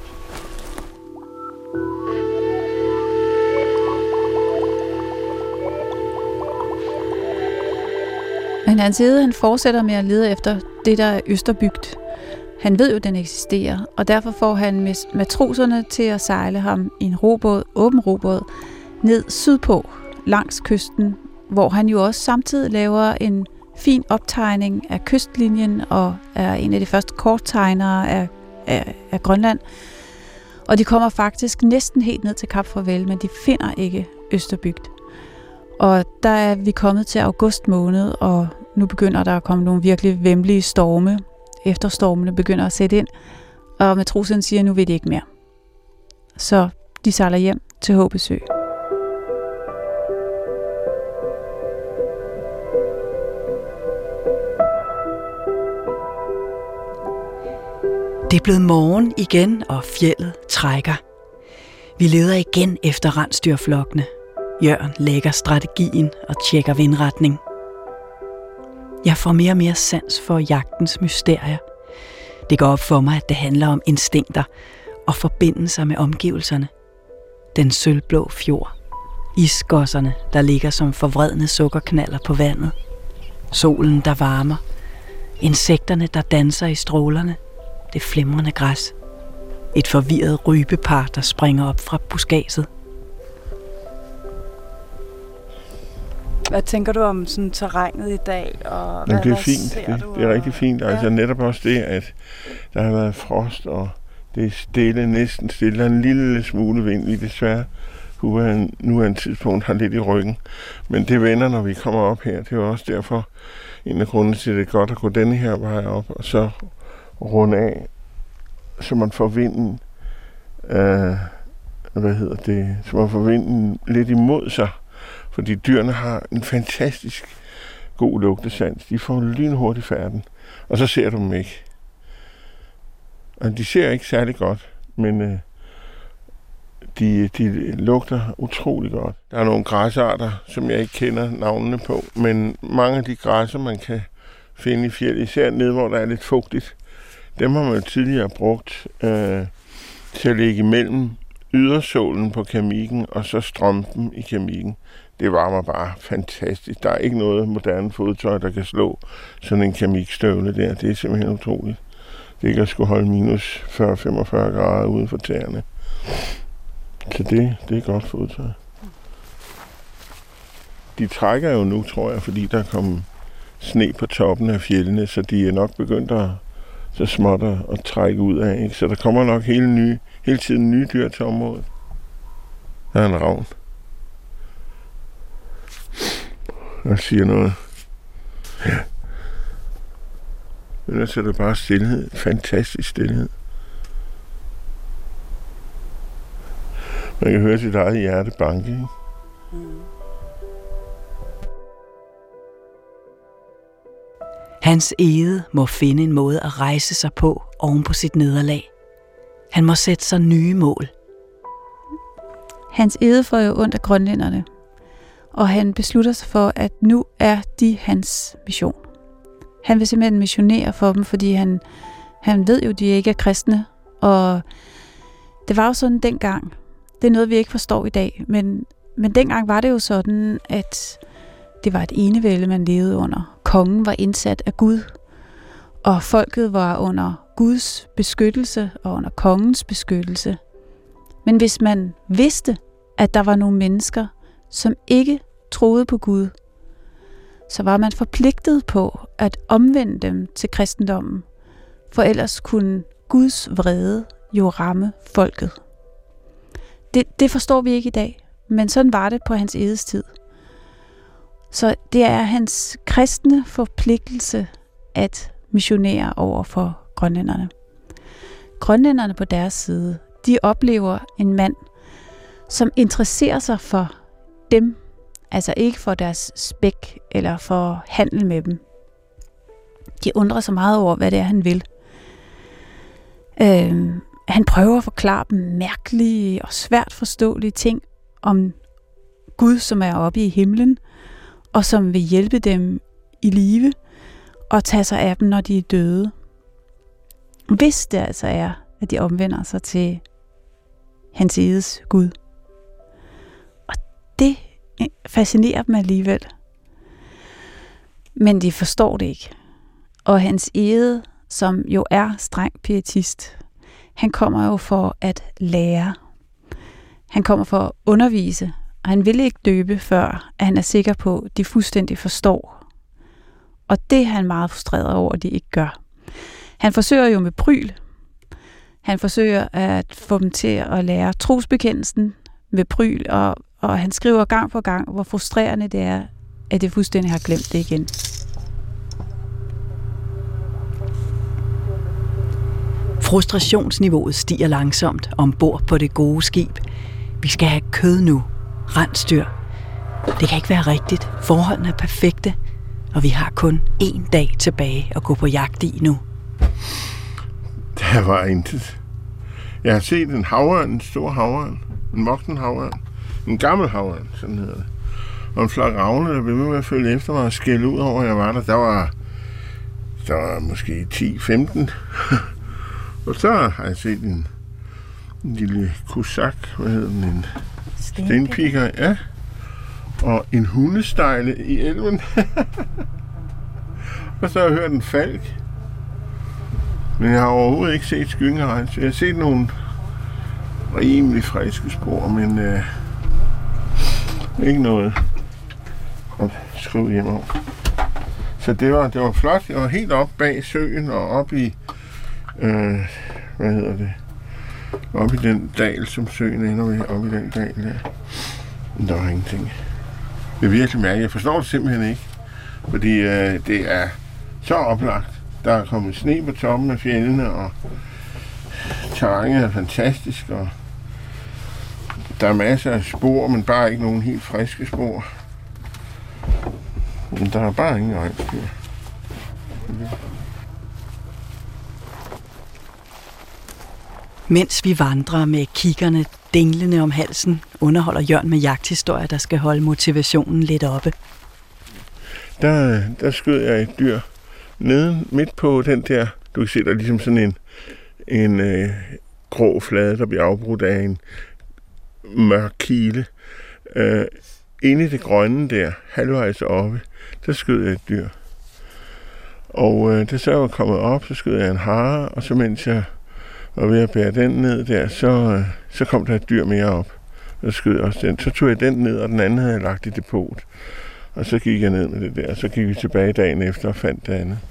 Men Hans Egede, han fortsætter med at lede efter det, der er Østerbygd. Han ved jo, den eksisterer, og derfor får han matroserne til at sejle ham i en robåd, åben robåd, ned sydpå, langs kysten, hvor han jo også samtidig laver en fin optegning af kystlinjen, og er en af de første korttegnere af, af, af Grønland. Og de kommer faktisk næsten helt ned til Kap Farvel, men de finder ikke Østerbygd. Og der er vi kommet til august måned, og nu begynder der at komme nogle virkelig væmmelige storme. Efterstormene begynder at sætte ind, og matrosen siger, at nu vil de ikke mere. Så de sejler hjem til Håbesø. Det er blevet morgen igen, og fjeldet trækker. Vi leder igen efter rensdyrflokkene. Jørgen lægger strategien og tjekker vindretning. Jeg får mere og mere sans for jagtens mysterier. Det går op for mig, at det handler om instinkter og forbindelser med omgivelserne. Den sølvblå fjord. Isgosserne, der ligger som forvredne sukkerknaller på vandet. Solen, der varmer. Insekterne, der danser i strålerne. Det flimrende græs. Et forvirret rybepar, der springer op fra buskadset. Hvad tænker du om sådan terrænet i dag? Og hvad, det er hvad fint. Det, det er rigtig fint. Altså ja. Netop også det, at der har været frost, og det er stille, næsten stille. Der er en lille smule vind i desværre. Nu er en tidspunkt har lidt i ryggen. Men det vender, når vi kommer op her. Det er også derfor en af grundene til, at det er godt at gå denne her vej op, og så runde af, så man får vinden, øh, hvad hedder det, så man får vinden lidt imod sig. Fordi dyrene har en fantastisk god lugtesans. De får lynhurtigt færden, og så ser du dem ikke. Og de ser ikke særlig godt, men øh, de, de lugter utrolig godt. Der er nogle græsarter, som jeg ikke kender navnene på, men mange af de græsser, man kan finde i fjeldet, især nede, hvor der er lidt fugtigt, dem har man jo tidligere brugt øh, til at lægge imellem ydersålen på kamikken, og så strømpen i kamikken. Det varmer bare fantastisk. Der er ikke noget moderne fodtøj, der kan slå sådan en kamikstøvle der. Det er simpelthen utroligt. Det kan sgu holde minus fyrre til femogfyrre grader ude for tæerne. Så det, det er godt fodtøj. De trækker jo nu, tror jeg, fordi der er kommet sne på toppen af fjellene, så de er nok begyndt at så småt at trække ud af. Ikke? Så der kommer nok hele, nye, hele tiden nye dyr til området. Der er en ravn. Jeg siger noget. Ja. Men så er det bare stillhed. Fantastisk stillhed. Man kan høre sit eget hjerte banke, ikke? Mm. Hans Egede må finde en måde at rejse sig på oven på sit nederlag. Han må sætte sig nye mål. Hans Egede får jo ondt af grønlænderne, og han beslutter sig for, at nu er de hans mission. Han vil simpelthen missionere for dem, fordi han, han ved jo, at de ikke er kristne, og det var jo sådan dengang. Det er noget, vi ikke forstår i dag, men, men dengang var det jo sådan, at det var et enevælde, man levede under. Kongen var indsat af Gud, og folket var under Guds beskyttelse og under kongens beskyttelse. Men hvis man vidste, at der var nogle mennesker, som ikke troede på Gud, så var man forpligtet på at omvende dem til kristendommen, for ellers kunne Guds vrede jo ramme folket. Det, det forstår vi ikke i dag, men sådan var det på Hans Egedes tid. Så det er hans kristne forpligtelse at missionere over for grønlænderne. Grønlænderne på deres side, de oplever en mand, som interesserer sig for dem, altså ikke for deres spæk eller for handel med dem. De undrer sig meget over, hvad det er, han vil. Øh, han prøver at forklare dem mærkelige og svært forståelige ting om Gud, som er oppe i himlen, og som vil hjælpe dem i live og tage sig af dem, når de er døde. Hvis det altså er, at de omvender sig til hans eget Gud. Og det fascinerer dem alligevel. Men de forstår det ikke. Og hans eget, som jo er streng pietist, han kommer jo for at lære. Han kommer for at undervise, og han vil ikke døbe, før at han er sikker på, at de fuldstændig forstår. Og det er han meget frustreret over, at de ikke gør. Han forsøger jo med pryl. Han forsøger at få dem til at lære trosbekendelsen med pryl, og, og han skriver gang på gang, hvor frustrerende det er, at det fuldstændig har glemt det igen. Frustrationsniveauet stiger langsomt ombord på det gode skib. Vi skal have kød nu. Rensdyr. Det kan ikke være rigtigt. Forholdene er perfekte, og vi har kun én dag tilbage at gå på jagt i nu. Der var intet. Jeg har set en havørn, en stor havørn, en voksen havørn, en gammel havørn, sådan hedder det. Og en flok ravne, der blev med at følge efter mig og skælde ud over, at jeg var der. Der var, der var måske ti femten. Og så har jeg set en, en lille kusak, hvad hedder den, en stenpiker, ja. Og en hundestejle i elven. Og så har jeg hørt en falk. Men jeg har overhovedet ikke set skyngeregn, så jeg har set nogle rimelig friske spor, men øh, ikke noget at skrive hjem om. Så det var, det var flot. Jeg var helt op bag søen og op i, øh, hvad hedder det, op i den dal, som søen ender ved, op i den dal der. Men der var ingenting. Det er virkelig mærkeligt. Jeg forstår det simpelthen ikke, fordi øh, det er så oplagt. Der er kommet sne på toppen af fjellene, og terrænet er fantastisk, og der er masser af spor, men bare ikke nogen helt friske spor. Men der er bare ingen rensdyr. Mens vi vandrer med kiggerne dinglende om halsen, underholder Jørn med jagthistorier, der skal holde motivationen lidt oppe. Der, der skød jeg et dyr nede midt på den der, du kan se der er ligesom sådan en, en øh, grå flade, der bliver afbrudt af en mørk kile. Øh, inde i det grønne der, halvvejs oppe, der skød jeg et dyr. Og øh, da så jeg var kommet op, så skød jeg en hare, og så mens jeg var ved at bære den ned der, så, øh, så kom der et dyr mere op. Og så skød jeg også den. Så tog jeg den ned, og den anden havde jeg lagt i depot. Og så gik jeg ned med det der, og så gik vi tilbage dagen efter og fandt det andet.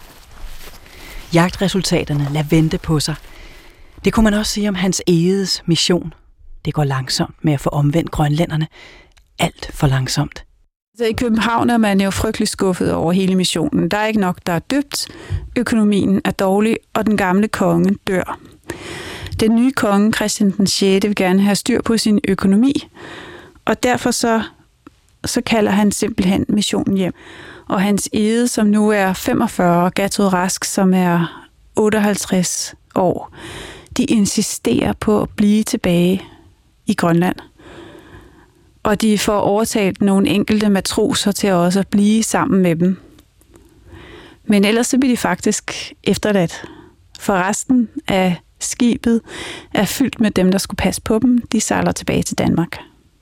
Jagtresultaterne lader vente på sig. Det kunne man også sige om Hans Egedes mission. Det går langsomt med at få omvendt grønlænderne. Alt for langsomt. Så i København er man jo frygtelig skuffet over hele missionen. Der er ikke nok, der er døbt. Økonomien er dårlig, og den gamle konge dør. Den nye konge, Christian den sjette, vil gerne have styr på sin økonomi, og derfor så, så kalder han simpelthen missionen hjem. Og Hans Egede, som nu er femogfyrre, og Gertrud Rask, som er otteoghalvtreds år, de insisterer på at blive tilbage i Grønland. Og de får overtalt nogle enkelte matroser til også at blive sammen med dem. Men ellers så bliver de faktisk efterladt. For resten af skibet er fyldt med dem, der skulle passe på dem. De sejler tilbage til Danmark.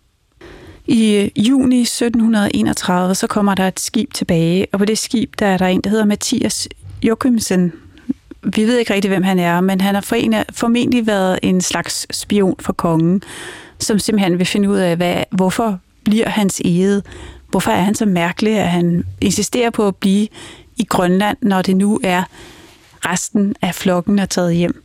I juni sytten enogtredive så kommer der et skib tilbage, og på det skib der er der en, der hedder Mathias Jochumsen. Vi ved ikke rigtig, hvem han er, men han har formentlig været en slags spion for kongen, som simpelthen vil finde ud af, hvad, hvorfor bliver Hans Egede, hvorfor er han så mærkelig, at han insisterer på at blive i Grønland, når det nu er resten af flokken er taget hjem.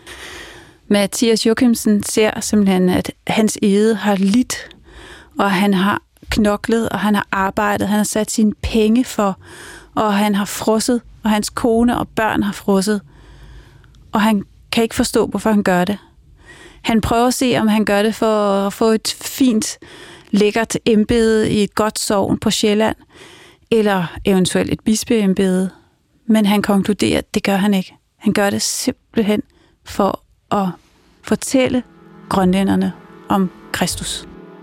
Mathias Jochumsen ser simpelthen, at Hans Egede har lidt, og han har knoklet, og han har arbejdet, han har sat sine penge for, og han har frosset, og hans kone og børn har frosset, og han kan ikke forstå, hvorfor han gør det. Han prøver at se, om han gør det for at få et fint, lækkert embede i et godt sogn på Sjælland, eller eventuelt et bispeembede. Men han konkluderer, at det gør han ikke. Han gør det simpelthen for at fortælle grønlænderne om Kristus.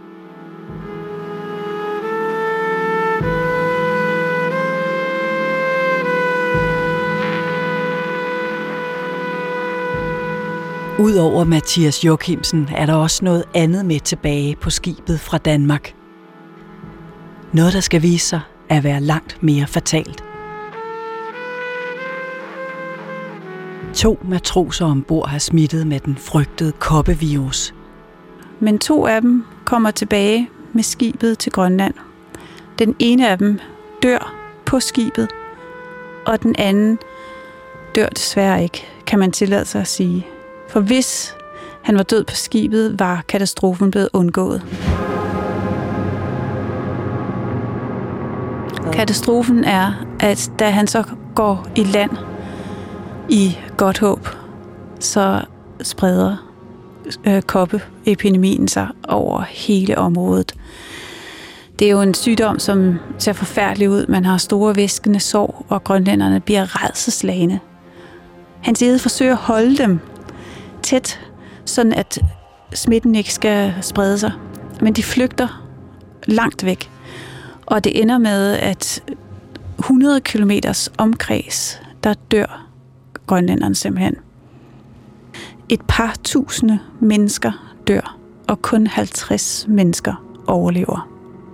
Udover Mathias Jochimsen er der også noget andet med tilbage på skibet fra Danmark. Noget, der skal vise sig at være langt mere fatalt. To matroser ombord har smittet med den frygtede koppevirus. Men to af dem kommer tilbage med skibet til Grønland. Den ene af dem dør på skibet, og den anden dør desværre ikke, kan man tillade sig at sige. For hvis han var død på skibet, var katastrofen blevet undgået. Katastrofen er, at da han så går i land i Godthåb, så spreder øh, koppeepidemien sig over hele området. Det er jo en sygdom, som ser forfærdelig ud. Man har store væskende sår, og grønlænderne bliver rædselsslagne. Hans Egede forsøger at holde dem tæt, sådan at smitten ikke skal sprede sig. Men de flygter langt væk. Og det ender med, at hundrede kilometers omkreds, der dør grønlænderne simpelthen. Et par tusinde mennesker dør, og kun halvtreds mennesker overlever.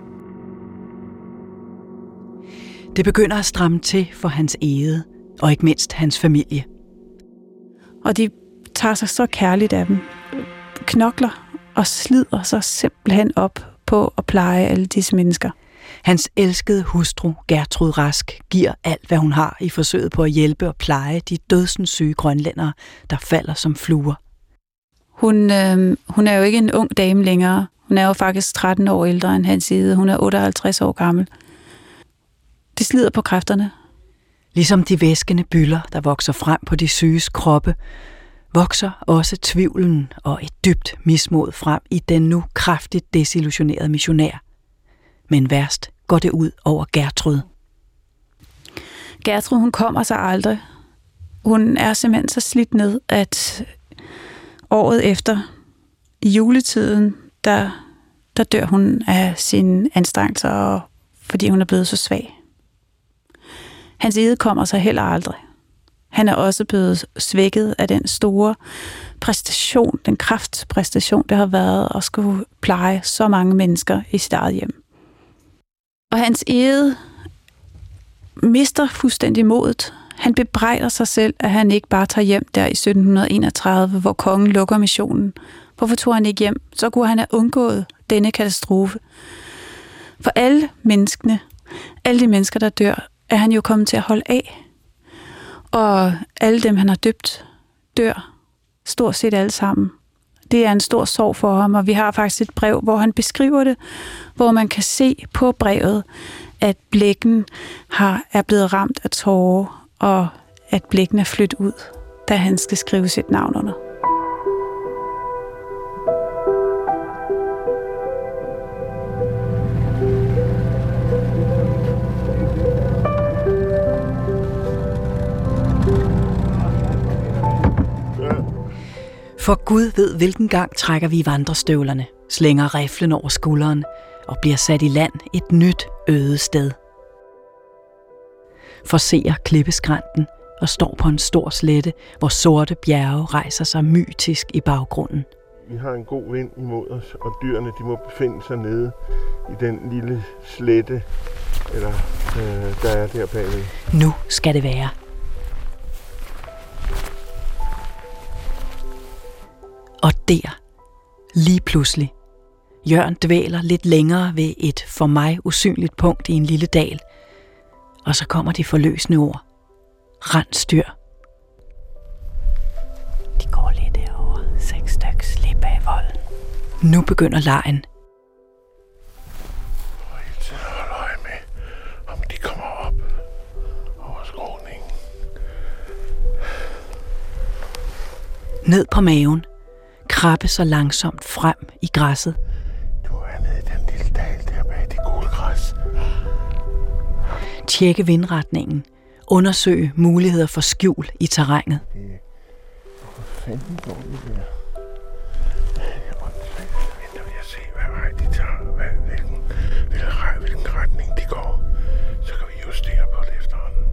Det begynder at stramme til for Hans Egede, og ikke mindst hans familie. Og de tager sig så kærligt af dem, knokler og slider sig simpelthen op på at pleje alle disse mennesker. Hans elskede hustru, Gertrud Rask, giver alt, hvad hun har i forsøget på at hjælpe og pleje de dødsenssyge grønlændere, der falder som fluer. Hun, øh, hun er jo ikke en ung dame længere. Hun er jo faktisk tretten år ældre end Hans Egede. Hun er otteoghalvtreds år gammel. Det slider på kræfterne. Ligesom de væskende bylder, der vokser frem på de syges kroppe, vokser også tvivlen og et dybt mismod frem i den nu kraftigt desillusionerede missionær. Men værst går det ud over Gertrud. Gertrud, hun kommer sig aldrig. Hun er simpelthen så slidt ned, at året efter, i juletiden, der, der dør hun af sine anstrengelser, fordi hun er blevet så svag. Hans Egede kommer sig heller aldrig. Han er også blevet svækket af den store præstation, den kraftpræstation, det har været at skulle pleje så mange mennesker i sit eget hjem. Og Hans Egede mister fuldstændig modet. Han bebrejder sig selv, at han ikke bare tager hjem der i sytten enogtredive, hvor kongen lukker missionen. Hvorfor tog han ikke hjem? Så kunne han have undgået denne katastrofe. For alle menneskene, alle de mennesker, der dør, er han jo kommet til at holde af. Og alle dem, han har døbt, dør stort set alle sammen. Det er en stor sorg for ham, og vi har faktisk et brev, hvor han beskriver det, hvor man kan se på brevet, at blækken har, er blevet ramt af tårer, og at blækken er flyttet ud, da han skal skrive sit navn under. For Gud ved, hvilken gang trækker vi i vandrestøvlerne, slænger riflen over skulderen og bliver sat i land et nyt øde sted. Forser klippeskrænten og står på en stor slette, hvor sorte bjerge rejser sig mytisk i baggrunden. Vi har en god vind imod os, og dyrene de må befinde sig nede i den lille slette, eller, øh, der er der bagved. Nu skal det være. Og der, lige pludselig, Jørgen dvæler lidt længere ved et for mig usynligt punkt i en lille dal. Og så kommer de forløsende ord. Rensdyr. De går lige derover. Seks stykker lige bag volden. Nu begynder legen. Og hele tiden holde øje med, om de kommer op over skråningen. Ned på maven krabbe sig langsomt frem i græsset. Du er nede i den lille dal der bag det gule græs. Tjekke vindretningen. Undersøge muligheder for skjul i terrænet. Hvor fanden går de der? Venter vi at se, hvad vej de tager. Hvad, hvilken, hvilken, hvilken retning de går. Så kan vi justere på det efterhånden.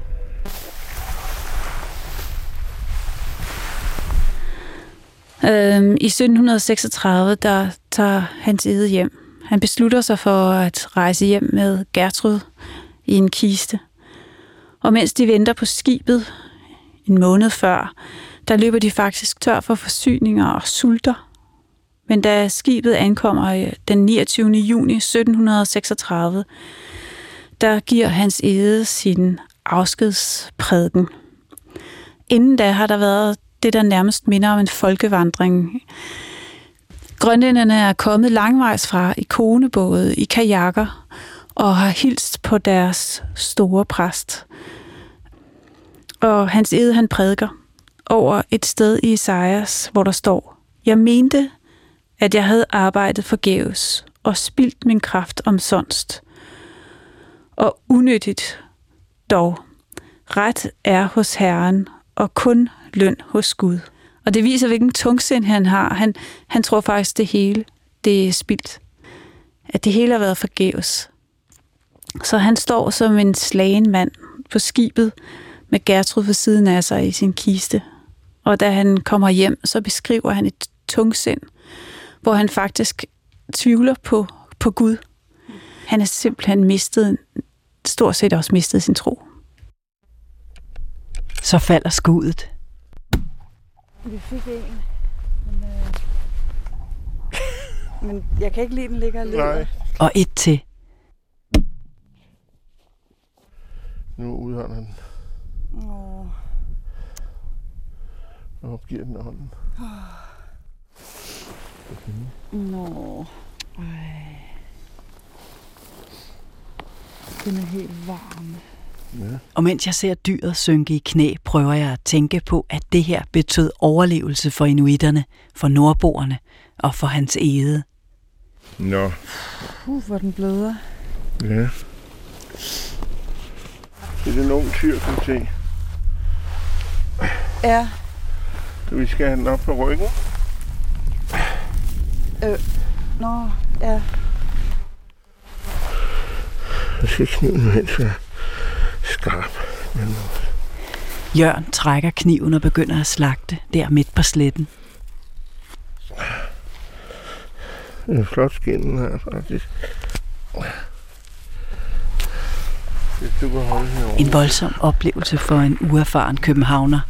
Øhm, I sytten seksogtredive, der tager Hans Egede hjem. Han beslutter sig for at rejse hjem med Gertrud i en kiste. Og mens de venter på skibet en måned før, der løber de faktisk tør for forsyninger og sulter. Men da skibet ankommer den niogtyvende juni sytten seksogtredive, der giver Hans Egede sin afskedsprædiken. Inden da har der været det, der nærmest minder om en folkevandring. Grønlænderne er kommet langvejs fra i konebåde, i kajakker, og har hilst på deres store præst. Og Hans Egede, han prædiker over et sted i Esajas, hvor der står: Jeg mente, at jeg havde arbejdet forgæves og spildt min kraft omsonst. Og unyttigt dog. Ret er hos Herren, og kun løn hos Gud. Og det viser, hvilken tungsind han har. Han, han tror faktisk, det hele det er spildt. At det hele har været forgæves. Så han står som en slagen mand på skibet med Gertrud ved siden af sig i sin kiste. Og da han kommer hjem, så beskriver han et tungsind, hvor han faktisk tvivler på, på Gud. Han har simpelthen mistet, stort set også mistet sin tro. Så falder skuddet. Vi fik en, men, øh... men jeg kan ikke lide, den ligger og leder. Og et til. Nu udholder den. Åh. Og opgiver den af hånden. Nå. Ej. Den er helt varm. Ja. Og mens jeg ser dyret synke i knæ, prøver jeg at tænke på, at det her betød overlevelse for inuitterne, for nordboerne og for Hans Egede. Nå. Uh, hvor den bløder. Ja. Det er en ung tyr, kan du se. Ja. Så vi skal have den op på ryggen. Øh. Nå, ja. Så skal kniven helst være skarp. Jørgen trækker kniven og begynder at slagte der midt på sletten. Det er flot skinnen her, faktisk. Hvis du kan holde herovre. En voldsom oplevelse for en uerfaren københavner.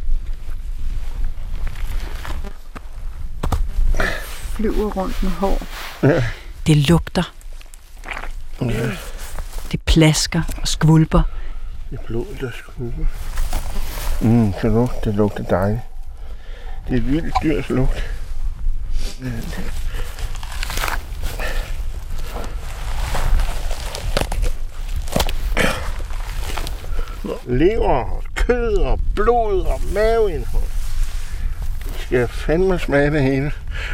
Flyver rundt med hår. Ja. Det lugter. Ja. Det plasker og skvulper. Det er blod, der skvulper. Mm, så lugt, det lugter dejligt. Det er et vildt dyrs lugt. Lever og kød og blod og maveindhold. Det skal fandme smage det hele.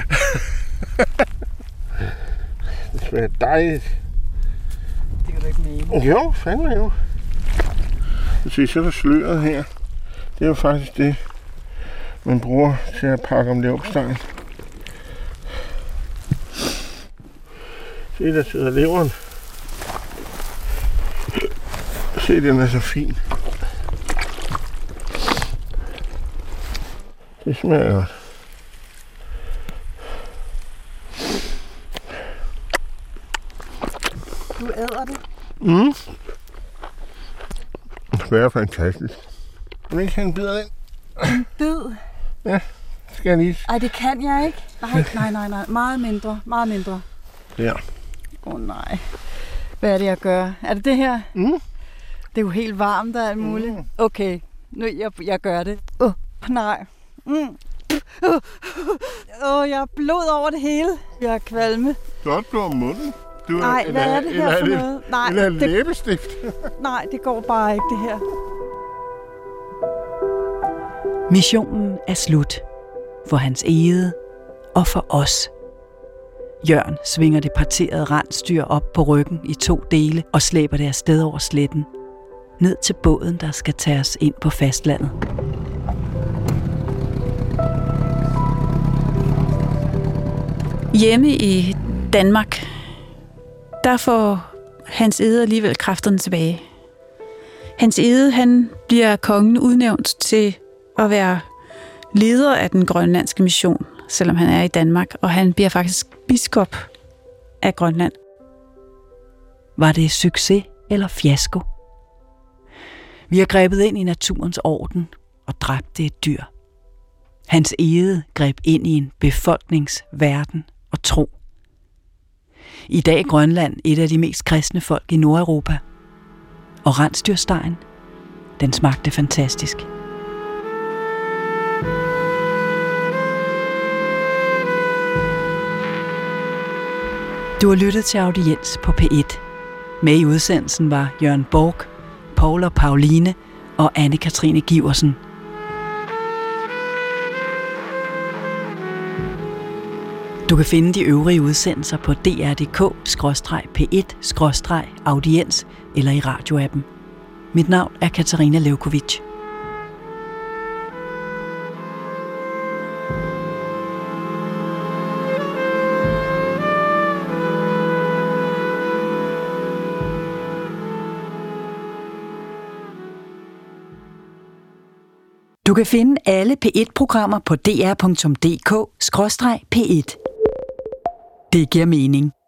Det smager dejligt. Det kan du ikke mene. Jo, fandme jo. Se, så er der sløret her. Det er jo faktisk det, man bruger til at pakke om leverpostej. Se, der sidder leveren. Se, den er så fin. Det smager godt. Du æder det? Mm. Det smager fantastisk. Vil ikke have en bid af den? En bid? Ja, skal jeg lige. Ej, det kan jeg ikke. Nej, nej, nej, nej. Meget mindre, meget mindre. Ja. Åh oh, nej. Hvad er det, jeg gør? Er det det her? Mm. Det er jo helt varmt og alt muligt. Mm. Okay, nu jeg, jeg gør det. Åh, uh, nej. Mm. Åh, uh, uh, uh, jeg har blod over det hele. Jeg har kvalme. Du har også blod om munden. Du, nej, hvad er det her for noget? Nej, eller det, læbestift. nej, det går bare ikke, det her. Missionen er slut for Hans Egede og for os. Jørgen svinger det parterede rensdyr op på ryggen i to dele og slæber det afsted over sletten, ned til båden, der skal tage os ind på fastlandet. Hjemme i Danmark, der får Hans Egede alligevel kræfterne tilbage. Hans Egede, han bliver kongen udnævnt til at være leder af den grønlandske mission, selvom han er i Danmark, og han bliver faktisk biskop af Grønland. Var det succes eller fiasko? Vi har grebet ind i naturens orden og dræbt et dyr. Hans Egede greb ind i en befolkningsverden og tro. I dag er Grønland et af de mest kristne folk i Nordeuropa. Og rensdyrstegen, den smagte fantastisk. Du har lyttet til Audiens på P et. Med i udsendelsen var Jørgen Borg, Paul og Pauline og Anne-Katrine Giversen. Du kan finde de øvrige udsendelser på d r punktum d k skråstreg p et skråstreg audiens eller i radioappen. Mit navn er Katarina Levkovich. Du kan finde alle P et-programmer på d r punktum d k skråstreg p et. Det giver mening.